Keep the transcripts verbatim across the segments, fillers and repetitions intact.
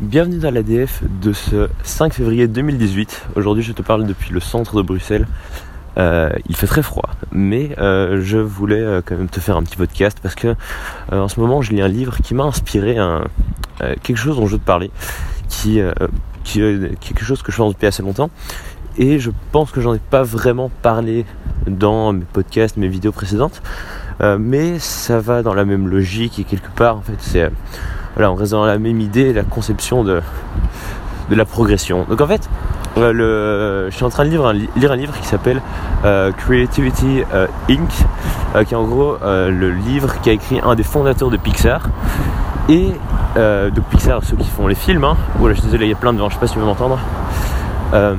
Bienvenue dans l'A D F de ce cinq février deux mille dix-huit. Aujourd'hui je te parle depuis le centre de Bruxelles. Euh, il fait très froid, mais euh, je voulais euh, quand même te faire un petit podcast parce que euh, en ce moment je lis un livre qui m'a inspiré un, euh, quelque chose dont je veux te parler, qui, euh, qui est quelque chose que je fais depuis assez longtemps. Et je pense que j'en ai pas vraiment parlé dans mes podcasts, mes vidéos précédentes, euh, mais ça va dans la même logique et quelque part en fait c'est... Euh, Voilà, on reste dans la même idée, la conception de, de la progression. Donc en fait, euh, le, je suis en train de lire un, lire un livre qui s'appelle euh, Creativity euh, Incorporated, euh, qui est en gros euh, le livre qu'a écrit un des fondateurs de Pixar. Et euh, de Pixar, ceux qui font les films, hein. Voilà, je suis désolé, il y a plein de vent, je sais pas si tu veux m'entendre. Euh,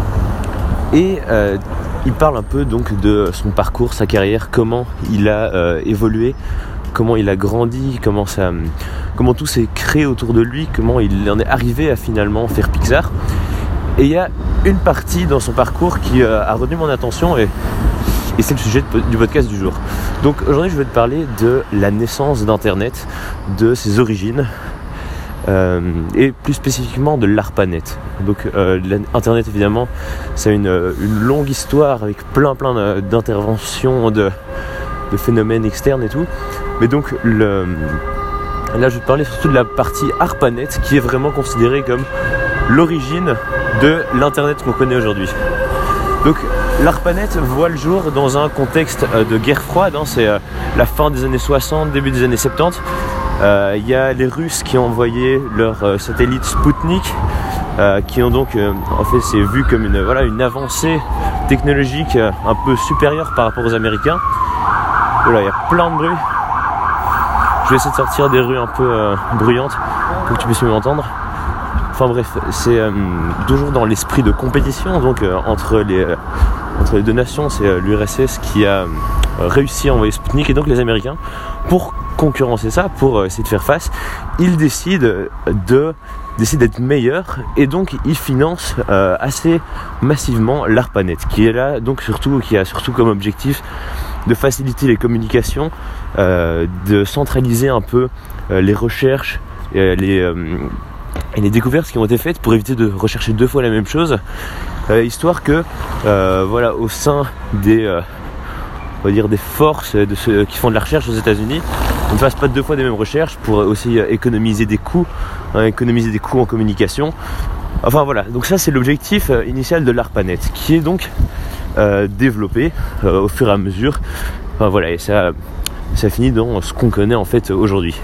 et euh, il parle un peu donc de son parcours, sa carrière, comment il a euh, évolué, comment il a grandi, comment ça, comment tout s'est créé autour de lui, comment il en est arrivé à finalement faire Pixar. Et il y a une partie dans son parcours qui euh, a retenu mon attention et, et c'est le sujet de, du podcast du jour. Donc aujourd'hui je vais te parler de la naissance d'Internet, de ses origines euh, et plus spécifiquement de l'ARPANET. Donc euh, Internet évidemment c'est une, une longue histoire avec plein plein d'interventions, de, de phénomènes externes et tout. Mais donc le, là je vais te parler surtout de la partie ARPANET qui est vraiment considérée comme l'origine de l'internet qu'on connaît aujourd'hui. Donc l'ARPANET voit le jour dans un contexte de guerre froide, hein, c'est la fin des années soixante, début des années soixante-dix. Il euh, y a les Russes qui ont envoyé leur euh, satellite Sputnik, euh, qui ont donc euh, en fait c'est vu comme une, voilà, une avancée technologique euh, un peu supérieure par rapport aux Américains. Voilà, il y a plein de bruit. Je vais essayer de sortir des rues un peu euh, bruyantes pour que tu puisses m'entendre. Enfin bref, c'est euh, toujours dans l'esprit de compétition donc euh, entre, les, euh, entre les deux nations. C'est euh, l'U R S S qui a euh, réussi à envoyer Sputnik et donc les Américains, pour concurrencer ça, pour euh, essayer de faire face, ils décident de décident d'être meilleurs et donc ils financent euh, assez massivement l'ARPANET qui est là donc surtout qui a surtout comme objectif de faciliter les communications, euh, de centraliser un peu euh, les recherches et les, euh, et les découvertes qui ont été faites pour éviter de rechercher deux fois la même chose, euh, histoire que euh, voilà, au sein des, euh, on va dire des forces de ceux qui font de la recherche aux États-Unis, on ne fasse pas deux fois des mêmes recherches pour aussi économiser des coûts, hein, économiser des coûts en communication. Enfin voilà, donc ça c'est l'objectif euh, initial de l'ARPANET qui est donc Euh, développé euh, au fur et à mesure. Enfin voilà, et ça, ça finit dans ce qu'on connaît en fait aujourd'hui.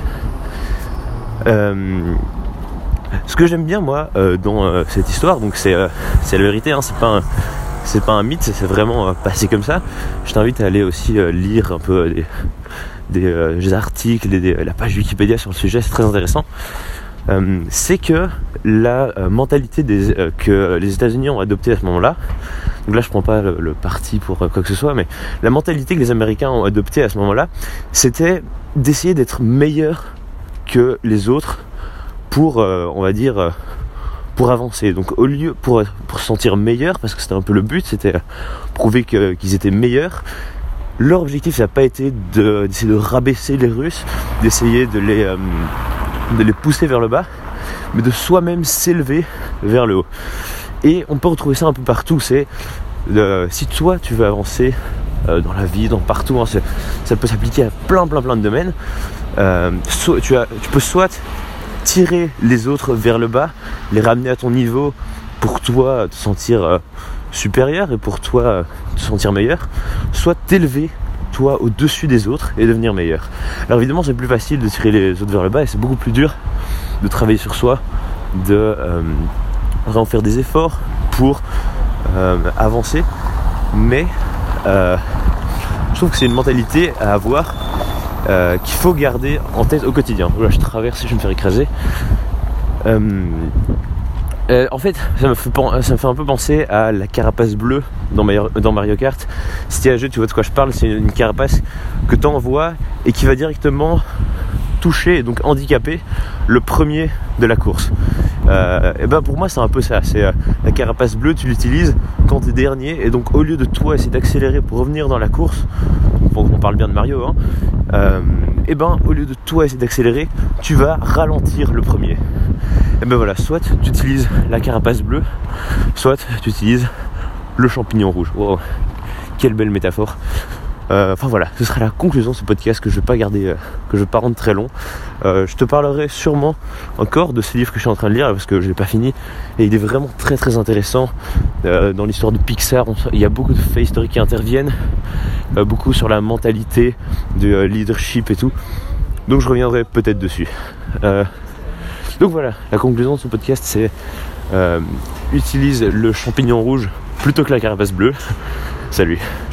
Euh, ce que j'aime bien moi euh, dans euh, cette histoire, donc c'est, euh, c'est la vérité, hein, c'est pas un, c'est pas un mythe, c'est vraiment euh, passé comme ça. Je t'invite à aller aussi euh, lire un peu des, des, euh, des articles, des, des, la page Wikipédia sur le sujet, c'est très intéressant. Euh, c'est que la euh, mentalité des, euh, que les États-Unis ont adoptée à ce moment-là, donc là je prends pas le, le parti pour euh, quoi que ce soit, mais la mentalité que les Américains ont adoptée à ce moment-là, c'était d'essayer d'être meilleurs que les autres pour, euh, on va dire, euh, pour avancer. Donc au lieu, pour, pour se sentir meilleurs, parce que c'était un peu le but, c'était prouver que, qu'ils étaient meilleurs. Leur objectif, ça n'a pas été de, d'essayer de rabaisser les Russes, d'essayer de les... Euh, de les pousser vers le bas, mais de soi-même s'élever vers le haut. Et on peut retrouver ça un peu partout. C'est euh, si toi tu veux avancer euh, dans la vie, dans partout, hein, c'est, ça peut s'appliquer à plein plein plein de domaines. Euh, so, tu, as, tu peux soit tirer les autres vers le bas, les ramener à ton niveau pour toi te sentir euh, supérieur et pour toi euh, te sentir meilleur, soit t'élever toi au-dessus des autres et devenir meilleur. Alors évidemment c'est plus facile de tirer les autres vers le bas et c'est beaucoup plus dur de travailler sur soi, de euh, vraiment faire des efforts pour euh, avancer, mais euh, je trouve que c'est une mentalité à avoir, euh, qu'il faut garder en tête au quotidien. Là je traverse et je vais me faire écraser. Euh, Euh, en fait, ça me, fait, ça me fait un peu penser à la carapace bleue dans Mario, dans Mario Kart. Si tu as un jeu, tu vois de quoi je parle. C'est une carapace que tu envoies et qui va directement toucher et donc handicaper le premier de la course. Euh, et ben pour moi, c'est un peu ça. C'est euh, la carapace bleue, tu l'utilises quand tu es dernier. Et donc, au lieu de toi essayer d'accélérer pour revenir dans la course, on parle bien de Mario, hein, euh, et ben au lieu de toi essayer d'accélérer, tu vas ralentir le premier. Et ben voilà, soit tu utilises la carapace bleue, soit tu utilises le champignon rouge. Wow, quelle belle métaphore. Euh, enfin voilà, ce sera la conclusion de ce podcast que je vais pas garder, euh, que je vais pas rendre très long. Euh, je te parlerai sûrement encore de ce livre que je suis en train de lire parce que je l'ai pas fini et il est vraiment très très intéressant. Euh, dans l'histoire de Pixar, on, il y a beaucoup de faits historiques qui interviennent, euh, beaucoup sur la mentalité de euh, leadership et tout. Donc je reviendrai peut-être dessus. Euh, donc voilà, la conclusion de ce podcast c'est euh, utilise le champignon rouge plutôt que la carapace bleue. Salut.